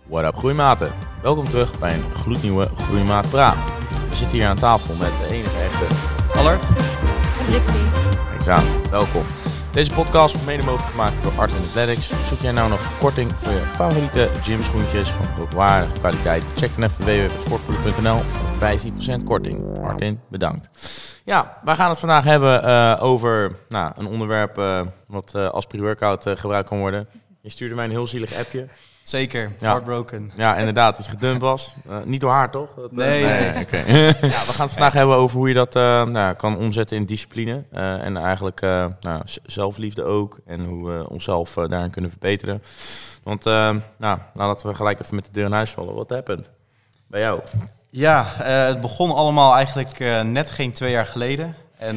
What up groeimaten? Welkom terug bij een gloednieuwe Groeimaat Praat. We zitten hier aan tafel met de enige echte Allard en Brittany. Examen, welkom. Deze podcast wordt mede mogelijk gemaakt door Art Athletics. Zoek jij nou nog een korting voor je favoriete gymschoentjes van hoogwaardige kwaliteit? Check dan even www.sportpoeder.nl voor 15% korting. Artin, bedankt. Ja, wij gaan het vandaag hebben over een onderwerp wat als pre-workout gebruikt kan worden. Je stuurde mij een heel zielig appje. Zeker, Ja. Heartbroken. Ja, inderdaad, dat je gedumpt was. Niet door haar, toch? Nee. Okay. Ja, we gaan het vandaag hebben over hoe je dat kan omzetten in discipline. En eigenlijk zelfliefde ook. En hoe we onszelf daarin kunnen verbeteren. Want laten we gelijk even met de deur in huis vallen. Wat happened bij jou? Ja, het begon allemaal eigenlijk net geen 2 jaar geleden. En,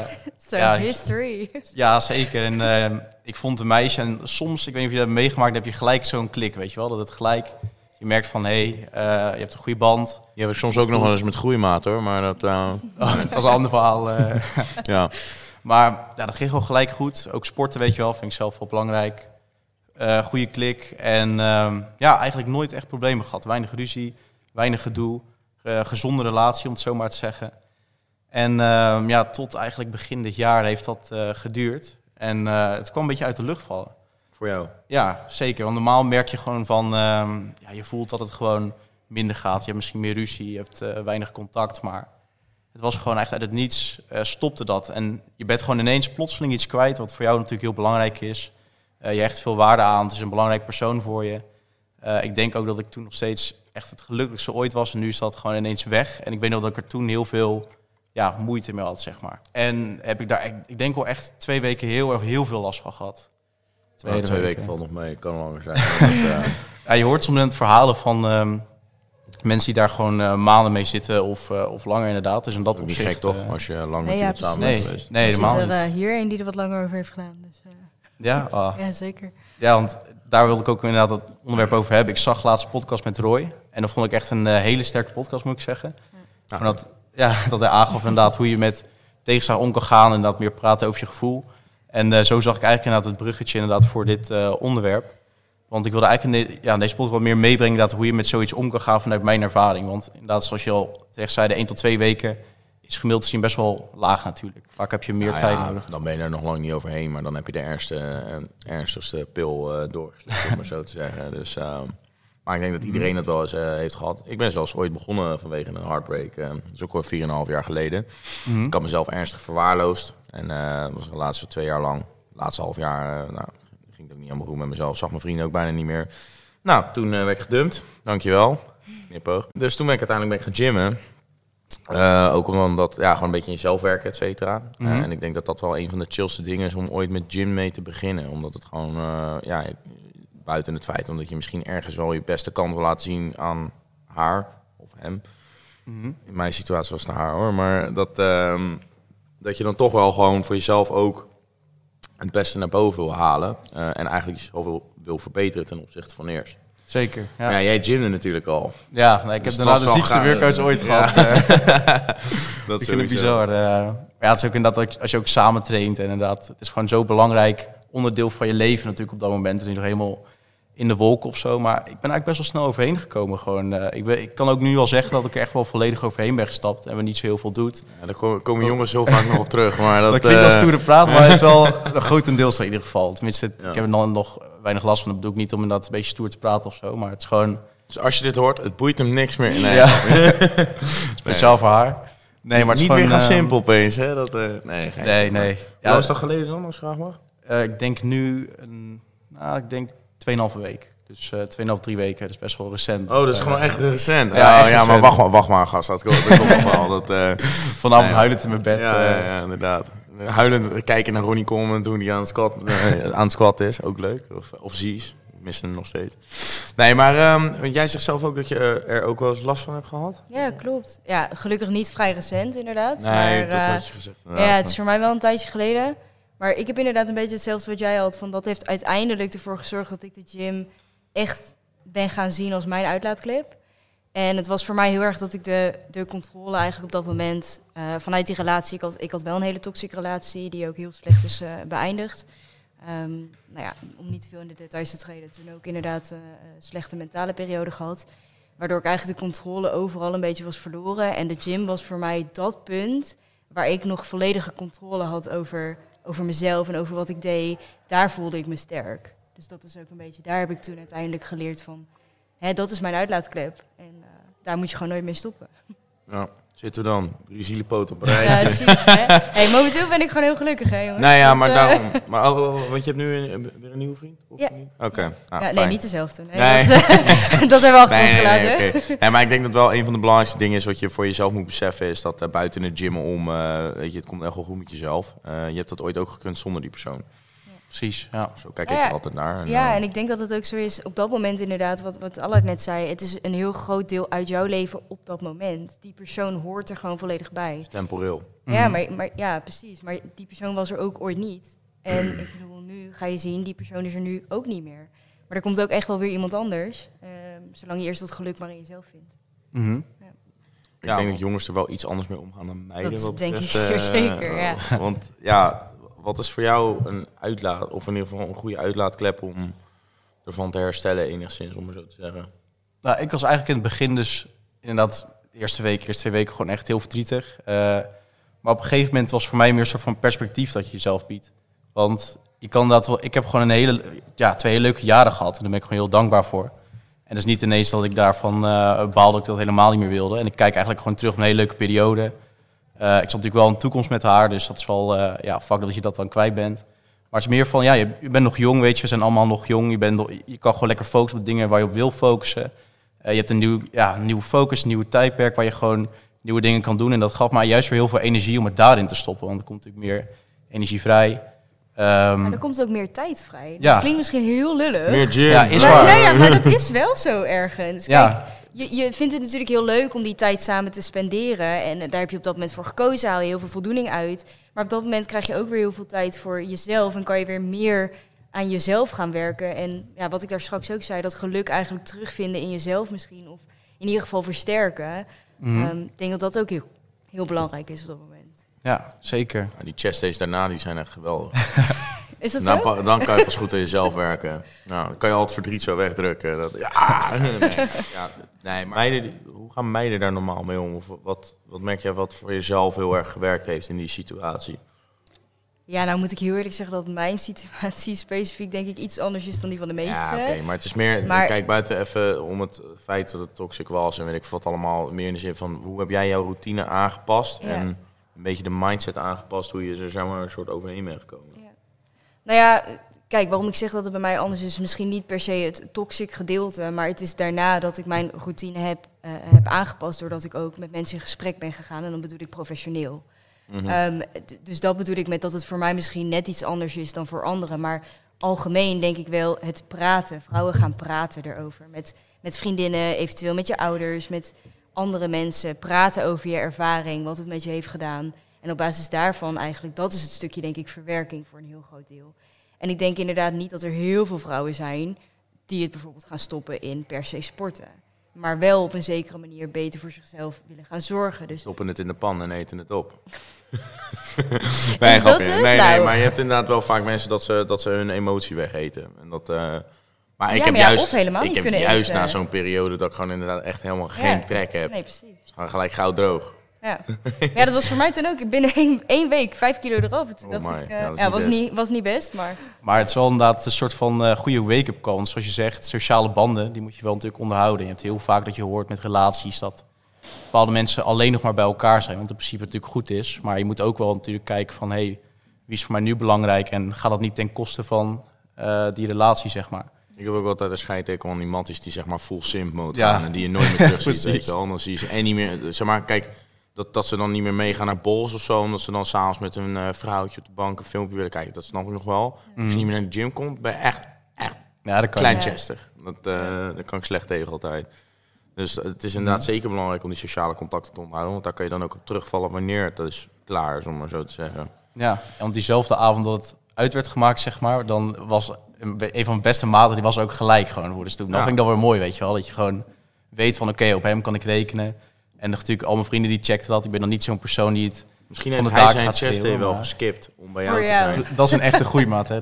History. Ja, zeker. En ik vond een meisje, en soms, ik weet niet of je dat hebt meegemaakt, heb je gelijk zo'n klik, weet je wel. Dat het gelijk, je merkt van, je hebt een goede band. Die heb ik soms ook nog wel eens met groeimaat, hoor. Maar dat dat is een ander verhaal. Ja. Maar dat ging gewoon gelijk goed. Ook sporten, weet je wel, vind ik zelf wel belangrijk. Goede klik. En eigenlijk nooit echt problemen gehad. Weinig ruzie, weinig gedoe. Gezonde relatie, om het zo maar te zeggen. En tot eigenlijk begin dit jaar heeft dat geduurd. En het kwam een beetje uit de lucht vallen. Voor jou? Ja, zeker. Want normaal merk je gewoon van... je voelt dat het gewoon minder gaat. Je hebt misschien meer ruzie, je hebt weinig contact. Maar het was gewoon echt uit het niets stopte dat. En je bent gewoon ineens plotseling iets kwijt... wat voor jou natuurlijk heel belangrijk is. Je hecht veel waarde aan. Het is een belangrijk persoon voor je. Ik denk ook dat ik toen nog steeds echt het gelukkigste ooit was. En nu is dat gewoon ineens weg. En ik weet nog dat ik er toen heel veel... moeite mee had, zeg maar. En heb ik daar, ik denk wel echt 2 weken heel veel last van gehad. 2 weken valt nog mee, kan langer zijn. Je hoort soms het verhalen van mensen die daar gewoon maanden mee zitten of langer inderdaad. Dus in dat opzicht, niet gek toch, als je lang met iemand samen bent geweest. Nee, helemaal niet. Er zit er hier een die er wat langer over heeft gedaan. Dus, Ja? Ja, zeker. Ja, want daar wilde ik ook inderdaad het onderwerp over hebben. Ik zag laatst een podcast met Roy. En dat vond ik echt een hele sterke podcast, moet ik zeggen. Ja. Maar dat hij aangaf inderdaad hoe je met tegenslag om kan gaan. En dat meer praten over je gevoel. En zo zag ik eigenlijk inderdaad het bruggetje inderdaad voor dit onderwerp. Want ik wilde eigenlijk in deze podcast wat meer meebrengen inderdaad hoe je met zoiets om kan gaan vanuit mijn ervaring. Want inderdaad, zoals je al terecht zei, de 1 tot 2 weken is gemiddeld gezien best wel laag natuurlijk. Vaak heb je meer tijd nodig. Dan ben je er nog lang niet overheen, maar dan heb je de ernstigste pil doorgeslikt, om maar zo te zeggen. Dus, maar ik denk dat iedereen het wel eens heeft gehad. Ik ben zelfs ooit begonnen vanwege een heartbreak. Dat is ook al 4,5 jaar geleden. Mm-hmm. Ik had mezelf ernstig verwaarloosd. En was de laatste 2 jaar lang, laatste half jaar, ging het ook niet helemaal goed met mezelf. Zag mijn vrienden ook bijna niet meer. Nou, toen werd ik gedumpt. Dankjewel. Knipoog. Dus toen ben ik uiteindelijk gaan gymmen. Ook omdat, gewoon een beetje in jezelf werken, et cetera. Mm-hmm. En ik denk dat dat wel een van de chillste dingen is om ooit met gym mee te beginnen. Omdat het gewoon, buiten het feit omdat je misschien ergens wel je beste kant wil laten zien aan haar of hem. Mm-hmm. In mijn situatie was het haar, hoor. Maar dat je dan toch wel gewoon voor jezelf ook het beste naar boven wil halen. En eigenlijk jezelf wil verbeteren ten opzichte van eerst. Zeker. Ja. Ja, jij gymde natuurlijk al. Ja, ik heb daarna de ziekste workouts ooit gehad. Dat is bizar. Het is ook inderdaad als je ook samen traint. En inderdaad, het is gewoon zo belangrijk onderdeel van je leven natuurlijk op dat moment. Het is niet nog helemaal in de wolken of zo. Maar ik ben eigenlijk best wel snel overheen gekomen. Gewoon, ik kan ook nu al zeggen dat ik er echt wel volledig overheen ben gestapt. En we niet zo heel veel doet. Ja, daar komen jongens heel vaak nog op terug. Maar dat klinkt als stoere praat, maar het is wel een grotendeels in ieder geval. Tenminste, ik heb er dan nog weinig last van. Dat bedoel ik niet om inderdaad een beetje stoer te praten of zo. Maar het is gewoon... Dus als je dit hoort, het boeit hem niks meer. Nee. Ja. Speciaal voor haar. Nee, maar het niet is gewoon, weer gaan simpel opeens, hè? Nee. Ja, hoe is dat geleden dan, als je graag mag? Ik denk nu, 2,5 week. Dus 2,5, 3 weken, dat is best wel recent. Oh, dat is gewoon echt recent. Ja, recent. Maar wacht maar, gast. Dat komt nog wel. Vanavond huilend in mijn bed. Ja, inderdaad. Huilend kijken naar Ronnie Coleman toen hij aan het squat is. Ook leuk. Of Zies. Ik mis hem nog steeds. Nee, maar jij zegt zelf ook dat je er ook wel eens last van hebt gehad? Ja, klopt. Ja, gelukkig niet vrij recent inderdaad. Nee, maar, dat had je gezegd. Ja, het is voor mij wel een tijdje geleden. Maar ik heb inderdaad een beetje hetzelfde wat jij had. Van dat heeft uiteindelijk ervoor gezorgd dat ik de gym echt ben gaan zien als mijn uitlaatklep. En het was voor mij heel erg dat ik de controle eigenlijk op dat moment vanuit die relatie... Ik had wel een hele toxische relatie die ook heel slecht is beëindigd. Nou ja, om niet te veel in de details te treden, toen ook inderdaad een slechte mentale periode gehad. Waardoor ik eigenlijk de controle overal een beetje was verloren. En de gym was voor mij dat punt waar ik nog volledige controle had over mezelf en over wat ik deed. Daar voelde ik me sterk. Dus dat is ook een beetje, daar heb ik toen uiteindelijk geleerd van, dat is mijn uitlaatklep. En daar moet je gewoon nooit mee stoppen. Ja, zitten we dan. 3 zielepoten op rij. Ja, zie je, hè? Hey, momenteel ben ik gewoon heel gelukkig, hè, jongens. Nou ja, Dat, maar daarom. Maar want je hebt nu weer een nieuwe vriend? Of Ja. Oké. Nou, nee, fijn. niet dezelfde. Nee, Nee. Dat hebben we achter ons gelaten. oké. Nee, maar ik denk dat wel een van de belangrijkste dingen is wat je voor jezelf moet beseffen, is dat buiten de gym om, weet je, het komt echt wel goed met jezelf. Je hebt dat ooit ook gekund zonder die persoon. Precies, ja. Zo kijk Ja, ik ja. er altijd naar. En ik denk dat het ook zo is, op dat moment inderdaad, wat Allard net zei, het is een heel groot deel uit jouw leven op dat moment. Die persoon hoort er gewoon volledig bij. temporeel. Ja, maar ja, precies. Maar die persoon was er ook ooit niet. En ik bedoel, nu ga je zien, die persoon is er nu ook niet meer. Maar er komt ook echt wel weer iemand anders, zolang je eerst dat geluk maar in jezelf vindt. Mhm. Ik denk dat jongens er wel iets anders mee omgaan dan meiden. Dat wat denk ik betreft, zeer zeker, ja. Want ja, wat is voor jou een uitlaat, of in ieder geval een goede uitlaatklep om ervan te herstellen enigszins, om maar zo te zeggen? Nou, ik was eigenlijk in het begin dus inderdaad de eerste 2 weken gewoon echt heel verdrietig. Maar op een gegeven moment was voor mij meer een soort van perspectief dat je jezelf biedt. Want je kan dat wel. Ik heb gewoon 2 hele leuke jaren gehad en daar ben ik gewoon heel dankbaar voor. En dat is niet ineens dat ik daarvan baalde dat ik dat helemaal niet meer wilde. En ik kijk eigenlijk gewoon terug op een hele leuke periode. Ik zat natuurlijk wel in de toekomst met haar, dus dat is wel fuck dat je dat dan kwijt bent. Maar het is meer van, ja, je bent nog jong, weet je, we zijn allemaal nog jong. Je kan gewoon lekker focussen op de dingen waar je op wil focussen. Je hebt een nieuwe focus, een nieuwe tijdperk waar je gewoon nieuwe dingen kan doen. En dat gaf mij juist weer heel veel energie om het daarin te stoppen. Want er komt natuurlijk meer energie vrij. Er komt ook meer tijd vrij. Dat Ja. klinkt misschien heel lullig. Meer gym. Ja, is maar, waar. nee, ja, maar dat is wel zo ergens. Kijk, Ja. je vindt het natuurlijk heel leuk om die tijd samen te spenderen. En daar heb je op dat moment voor gekozen, haal je heel veel voldoening uit. Maar op dat moment krijg je ook weer heel veel tijd voor jezelf. En kan je weer meer aan jezelf gaan werken. En ja, wat ik daar straks ook zei, dat geluk eigenlijk terugvinden in jezelf misschien. Of in ieder geval versterken. Ik denk dat dat ook heel, heel belangrijk is op dat moment. Ja, zeker. Ja, die chest days daarna, die zijn echt geweldig. Is dat zo? Dan kan je pas goed aan jezelf werken. Nou, dan kan je al het verdriet zo wegdrukken. Nee, maar hoe gaan meiden daar normaal mee om? Of wat merk jij wat voor jezelf heel erg gewerkt heeft in die situatie? Ja, nou moet ik heel eerlijk zeggen dat mijn situatie specifiek denk ik iets anders is dan die van de meesten. Ja, oké, maar het is meer, kijk buiten even om het feit dat het toxic was en weet ik wat allemaal, meer in de zin van hoe heb jij jouw routine aangepast en een beetje de mindset aangepast, hoe je er zeg maar een soort overheen bent gekomen. Ja. Nou ja, kijk, waarom ik zeg dat het bij mij anders is, misschien niet per se het toxic gedeelte, maar het is daarna dat ik mijn routine heb aangepast doordat ik ook met mensen in gesprek ben gegaan en dan bedoel ik professioneel. Dus dat bedoel ik met dat het voor mij misschien net iets anders is dan voor anderen. Maar algemeen denk ik wel het praten. Vrouwen gaan praten erover. Met vriendinnen, eventueel met je ouders, met andere mensen. Praten over je ervaring, wat het met je heeft gedaan. En op basis daarvan eigenlijk, dat is het stukje denk ik verwerking voor een heel groot deel. En ik denk inderdaad niet dat er heel veel vrouwen zijn die het bijvoorbeeld gaan stoppen in per se sporten. Maar wel op een zekere manier beter voor zichzelf willen gaan zorgen. Dus Stoppen het in de pan en eten het op. Nee, grapje. dat het? Nee, Nou. maar je hebt inderdaad wel vaak mensen dat ze hun emotie wegeten. En dat, maar ik Ja, heb maar ja, juist, of helemaal ik niet heb kunnen juist eten. na zo'n periode dat ik gewoon inderdaad echt helemaal geen trek heb. Nee, precies. Gewoon gelijk gauw droog. Ja. Ja, dat was voor mij toen ook binnen één week 5 kilo eraf. Toen Oh dacht my. ik, Ja, dat is niet was niet best, maar... Maar het is wel inderdaad een soort van goede wake-up call. Want zoals je zegt, sociale banden, die moet je wel natuurlijk onderhouden. Je hebt heel vaak dat je hoort met relaties dat bepaalde mensen alleen nog maar bij elkaar zijn. Want in principe het natuurlijk goed is. Maar je moet ook wel natuurlijk kijken van, hey, wie is voor mij nu belangrijk? En gaat dat niet ten koste van die relatie, zeg maar. Ik heb ook altijd een scheidtekel aan iemand is die zeg maar full simp mode Ja. gaan en die je nooit meer terug ziet. Precies. Weet je wel. Dan zie je ze en niet meer. Zeg maar, kijk, dat ze dan niet meer meegaan naar bols of zo, omdat ze dan s'avonds met hun vrouwtje op de bank een filmpje willen kijken. Dat snap ik nog wel. Als je niet meer naar de gym komt, ben je echt Ja, dat kan. kleinchestig. Dat kan ik slecht tegen altijd. Dus het is inderdaad zeker belangrijk om die sociale contacten te onderhouden, want daar kan je dan ook op terugvallen wanneer het dus klaar is, om maar zo te zeggen. Ja, want diezelfde avond dat het uit werd gemaakt, zeg maar, dan was een van mijn beste maten, die was ook gelijk gewoon voor de stoep. Dat Ja. vind ik dan weer mooi, weet je wel. Dat je gewoon weet van, oké, op hem kan ik rekenen. En natuurlijk al mijn vrienden die checkten dat. Ik ben dan niet zo'n persoon die het Misschien van heeft de hij daken zijn gaat chest day schreeuwen, wel maar- geskipt om bij Voor jou te jou. zijn. Dat is een echte groeimaat, hè.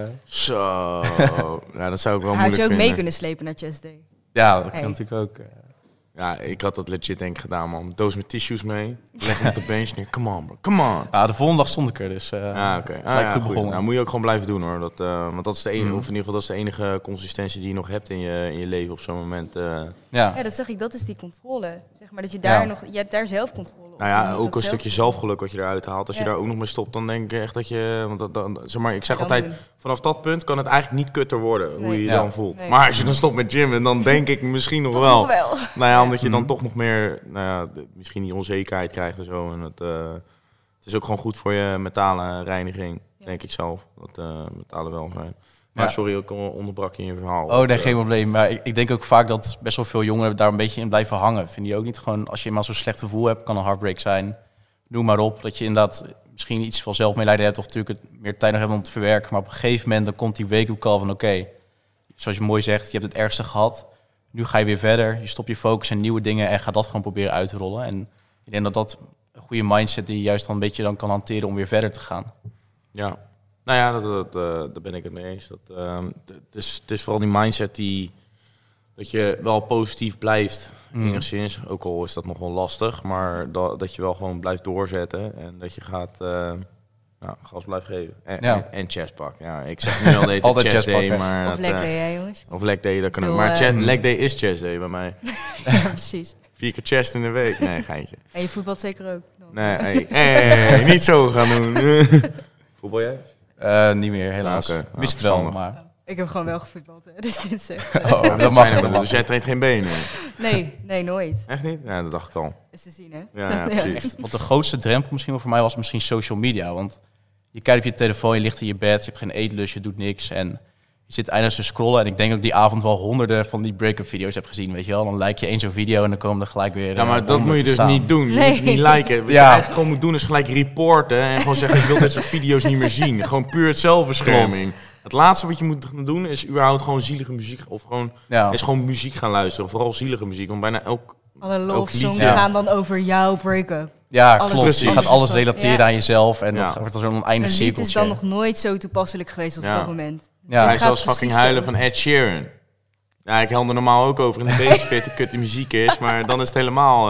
Zo, ja, dat zou ik wel Hij had je moeilijk ook mee vinden. kunnen slepen naar Chest Day. Ja, dat Hey. kan natuurlijk ook. Ja, ik had dat legit denk ik gedaan, man. Een doos met tissues mee. Leg hem op de bench neer. Come on, bro. Come on. Ja, de volgende dag stond ik er, dus Oké. gelijk goed begonnen. Nou, moet je ook gewoon blijven doen, hoor. Want dat is de enige, Mhm. of in ieder geval dat is de enige consistentie die je nog hebt in je leven op zo'n moment. ja. Ja, dat zeg ik, dat is die controle. Zeg maar dat je daar Ja. nog, je hebt daar zelf controle op. Nou Je ja, moet ook dat een zelf stukje doen. zelfgeluk wat je eruit haalt. Als je Ja. daar ook nog mee stopt, dan denk ik echt dat je... Want zeg maar, ik zeg Dan altijd, doen. vanaf dat punt kan het eigenlijk niet kutter worden, hoe Nee. je je Ja. dan voelt. Nee. Maar als je dan stopt met gymmen, dan denk ik misschien nog Toch wel. nog wel. Nou ja, omdat je dan Mhm. toch nog meer, misschien die onzekerheid krijgt en zo. En het is ook gewoon goed voor je mentale reiniging, Ja. denk ik zelf. Dat mentale welzijn. Maar Ja. sorry, ik onderbrak je in je verhaal. Oh, nee, Dat, geen probleem. Maar ik denk ook vaak dat best wel veel jongeren daar een beetje in blijven hangen. Vind je ook niet gewoon, als je eenmaal zo'n slecht gevoel hebt, kan een heartbreak zijn. Noem maar op, dat je inderdaad misschien iets van zelfmedelijden hebt of natuurlijk het meer tijd nog hebt om te verwerken. Maar op een gegeven moment dan komt die wake-up call van oké, zoals je mooi zegt, je hebt het ergste gehad. Nu ga je weer verder, je stopt je focus in nieuwe dingen en gaat dat gewoon proberen uit te rollen. En ik denk dat dat een goede mindset die je juist dan een beetje dan kan hanteren om weer verder te gaan. Ja, nou ja, daar ben ik het mee eens. Het is vooral die mindset dat je wel positief blijft, enigszins. Ook al is dat nog wel lastig, maar dat je wel gewoon blijft doorzetten en dat je gaat gas blijft geven. En chestpak. Ja, ik zeg nu al dat Altijd chest day, chestpakken. maar Of dat, leg day, hè, jongens. of leg day, dat kan ook. Ik bedoel, Maar leg day is chest day bij mij. Ja, precies. 4 keer chest in de week. Nee, geintje. En je voetbalt zeker ook. dan. Nee, hey, niet zo gaan doen. Voetbal jij? Niet meer, helaas. Oké. Wist het Nou, wel, verstandig. maar... Ik heb gewoon wel gevoetbald, hè, dus dit zegt. Oh, dat Dat mag zijn niet. er, dus jij traint geen benen. Nee, nooit. Echt niet? Ja, dat dacht ik al. Is te zien, hè? Ja, precies. Echt, wat de grootste drempel misschien wel voor mij was misschien social media. Want je kijkt op je telefoon, je ligt in je bed, je hebt geen eetlust, je doet niks. En je zit eindeloos te scrollen. En ik denk dat ik die avond wel honderden van die break-up video's heb gezien, weet je wel. Dan like je één zo'n video en dan komen er gelijk weer Ja, maar dat 100 moet je te dus staan. niet doen. Je Nee. moet niet liken. Wat je Ja. eigenlijk gewoon moet doen is gelijk reporten en gewoon zeggen ik wil dit soort video's niet meer zien. Gewoon puur het zelfbescherming. Het laatste wat je moet gaan doen is überhaupt gewoon zielige muziek of gewoon Ja. is gewoon muziek gaan luisteren, vooral zielige muziek, want bijna Alle Ook love songs liedje. gaan dan over jouw break-up. Ja, Alles- klopt. Precies. Je gaat alles alles is dan- relateren ja. aan jezelf en Ja. dat wordt dan zo'n Een oneindig lied cirkeltje. is dan nog nooit zo toepasselijk geweest als Ja. op dat moment. Ja. hij Dit is gaat zelfs fucking precies huilen zo. van Ed Sheeran. Ja, ik hel er normaal ook over in de basisfit hoe kut die muziek is, maar dan is het helemaal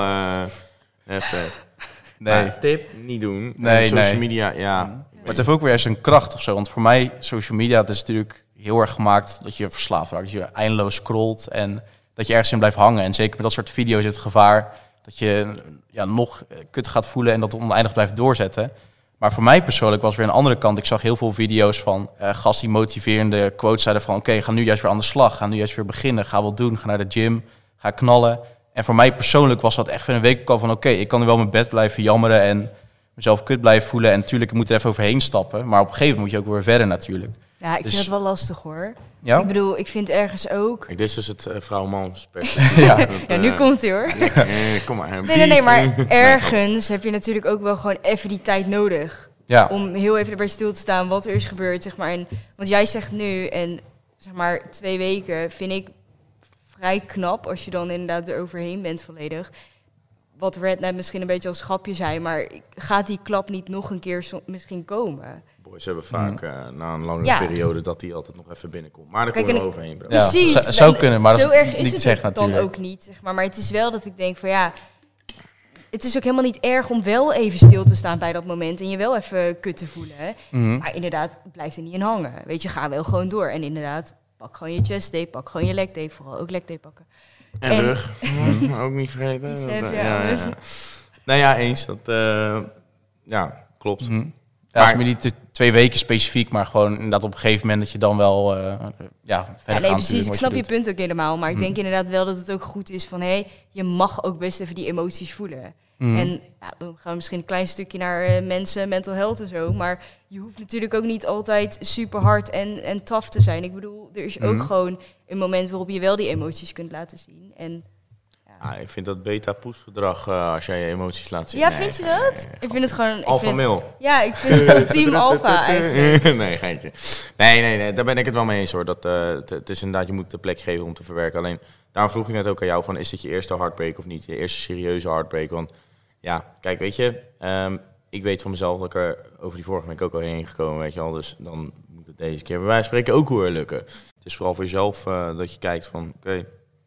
heftig. Nee. Maar tip, niet doen. Nee, En social nee. media, ja. Maar het heeft ook weer zijn kracht of zo. Want voor mij, social media, het is natuurlijk heel erg gemaakt dat je verslaafd raakt. Dat je eindeloos scrolt en dat je ergens in blijft hangen. En zeker met dat soort video's is het gevaar dat je nog kut gaat voelen en dat het oneindig blijft doorzetten. Maar voor mij persoonlijk was weer een andere kant. Ik zag heel veel video's van gasten die motiverende quotes zeiden van oké, ga nu juist weer aan de slag. Ga nu juist weer beginnen. Ga wat doen. Ga naar de gym. Ga knallen. En voor mij persoonlijk was dat echt weer een week al van oké, ik kan nu wel in mijn bed blijven jammeren en mezelf kut blijven voelen. En natuurlijk, ik moet er even overheen stappen. Maar op een gegeven moment moet je ook weer verder natuurlijk. Ja, ik Dus- vind het wel lastig hoor. Ja? Ik bedoel, ik vind ergens ook... Kijk, dit is dus het vrouw-man perspectief. Ja. Dat, Ja, nu komt hij hoor. kom maar. Nee, maar ergens heb je natuurlijk ook wel gewoon even die tijd nodig. Ja. Om heel even erbij stil te staan wat er is gebeurd, zeg maar. En, want jij zegt nu, en zeg maar 2 weken vind ik vrij knap als je dan inderdaad eroverheen bent volledig. Wat Red net misschien een beetje als grapje zei, maar gaat die klap niet nog een keer misschien komen? Boys hebben vaak na een lange Ja. periode dat die altijd nog even binnenkomt. Maar daar Kijk, kom je en wel overheen, bro. Ja. Precies. Zou En kunnen, maar dat zo is erg niet is te het zeggen dan natuurlijk. ook niet, zeg maar. Maar het is wel dat ik denk van ja, het is ook helemaal niet erg om wel even stil te staan bij dat moment en je wel even kut te voelen. Hè? Mhm. Maar inderdaad, blijf er niet in hangen. Weet je, ga wel gewoon door. En inderdaad, pak gewoon je chest day, pak gewoon je leg day, vooral ook leg day pakken. En En- rug. Ook niet vergeten. Bicep, Dat, ja, dus- Nou ja, eens. Dat, klopt. Mhm. Ja, Maar- is meer niet 2 weken specifiek, maar gewoon inderdaad op een gegeven moment dat je dan wel verder Ja, gaat nee, natuurlijk precies. Ik wat snap je doet. punt ook helemaal. Maar ik Mhm. denk inderdaad wel dat het ook goed is van... hé, je mag ook best even die emoties voelen. Mhm. En ja, dan gaan we misschien een klein stukje naar mensen, mental health en zo. Maar je hoeft natuurlijk ook niet altijd super hard en tough te zijn. Ik bedoel, er is ook Mhm. gewoon een moment waarop je wel die emoties kunt laten zien. En Ja, ik vind dat beta-poes-gedrag als jij je emoties laat zien. ja, Nee, vind je nee, dat? nee, Ik vind het gewoon... ik Alpha vind- male. Ja, ik vind het ook team alpha eigenlijk. Nee, geintje. Nee, daar ben ik het wel mee eens hoor. Dat, het is inderdaad, je moet de plek geven om te verwerken. Alleen, daarom vroeg ik net ook aan jou van, is dit je eerste heartbreak of niet? Je eerste serieuze heartbreak? Want ja, kijk, weet je, ik weet van mezelf dat ik er over die vorige week ook al heen gekomen, weet je wel. Dus dan moet het deze keer bij wijze van spreken ook weer lukken. Het is vooral voor jezelf dat je kijkt van, oké,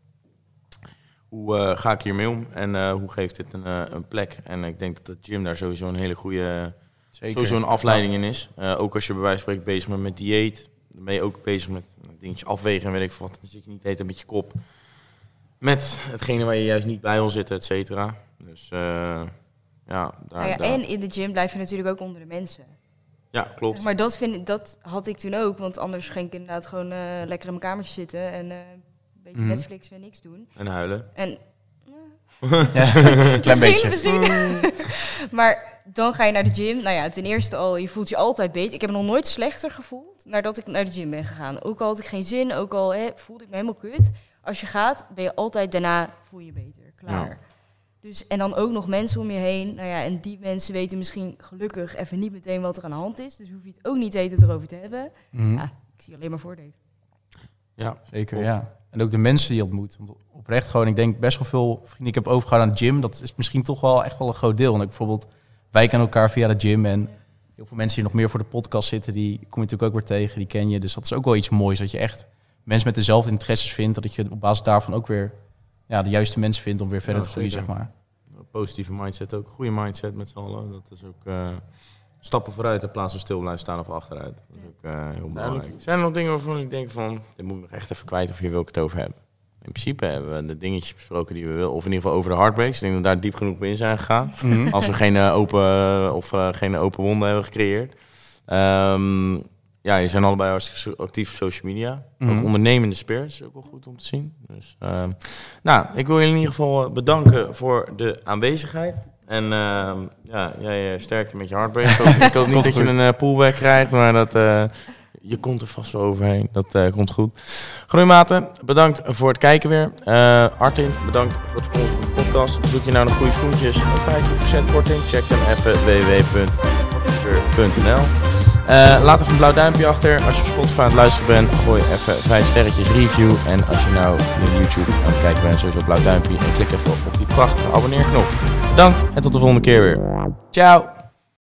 hoe ga ik hiermee om en hoe geeft dit een plek? En ik denk dat de gym daar sowieso een hele goede, sowieso een afleiding in is. Ook als je bij wijze van spreken bezig bent met dieet, dan ben je ook bezig met dingetjes afwegen en weet ik wat. Dan zit je niet de hele tijd met je kop met hetgene waar je juist niet bij wil zitten, et cetera. Dus En in de gym blijf je natuurlijk ook onder de mensen. Ja, klopt. Maar dat had ik toen ook, want anders ging ik inderdaad gewoon lekker in mijn kamertje zitten en een beetje Netflixen en niks doen. En huilen. En klein beetje. Misschien. Maar dan ga je naar de gym. Nou ja, ten eerste al, je voelt je altijd beter. Ik heb me nog nooit slechter gevoeld nadat ik naar de gym ben gegaan. Ook al had ik geen zin, ook al voelde ik me helemaal kut. Als je gaat, ben je altijd daarna, voel je beter. Klaar. Ja. Dus, en dan ook nog mensen om je heen. Nou ja, en die mensen weten misschien gelukkig even niet meteen wat er aan de hand is. Dus hoef je het ook niet eten erover te hebben. Ja, ik zie alleen maar voordelen. Ja, zeker, ja. En ook de mensen die je ontmoet. Want oprecht gewoon, ik denk best wel veel vrienden ik heb overgehouden aan de gym. Dat is misschien toch wel echt wel een groot deel. En ook bijvoorbeeld, wij kennen elkaar via de gym. En heel veel mensen die nog meer voor de podcast zitten, die kom je natuurlijk ook weer tegen, die ken je. Dus dat is ook wel iets moois, dat je echt mensen met dezelfde interesses vindt. Dat je op basis daarvan ook weer de juiste mensen vindt om weer verder te groeien, zeg maar. Positieve mindset ook. Goede mindset met z'n allen. Dat is ook stappen vooruit in plaats van stil blijven staan of achteruit. Dat is ook heel belangrijk. Zijn er nog dingen waarvan ik denk van, dit moet ik nog echt even kwijt of hier wil ik het over hebben? In principe hebben we de dingetjes besproken die we willen. Of in ieder geval over de heartbreaks. Ik denk dat we daar diep genoeg bij in zijn gegaan. Als we geen open wonden hebben gecreëerd. Je zijn allebei hartstikke actief op social media. Ook ondernemende spirit is ook wel goed om te zien. Dus, ik wil je in ieder geval bedanken voor de aanwezigheid. En jij sterkte met je heartbreak. Ik hoop niet dat je een pullback krijgt, maar dat... je komt er vast wel overheen. Dat komt goed. Groeimaten, bedankt voor het kijken weer. Artin, bedankt voor het sponsoren van de podcast. Zoek je nou nog goede schoentjes? 15% korting. Check dan even www.nl. Laat even een blauw duimpje achter. Als je op Spotify aan het luisteren bent, gooi even 5 sterretjes review. En als je nou naar YouTube aan het kijken bent, sowieso een blauw duimpje. En klik even op die prachtige abonneerknop. Bedankt en tot de volgende keer weer. Ciao!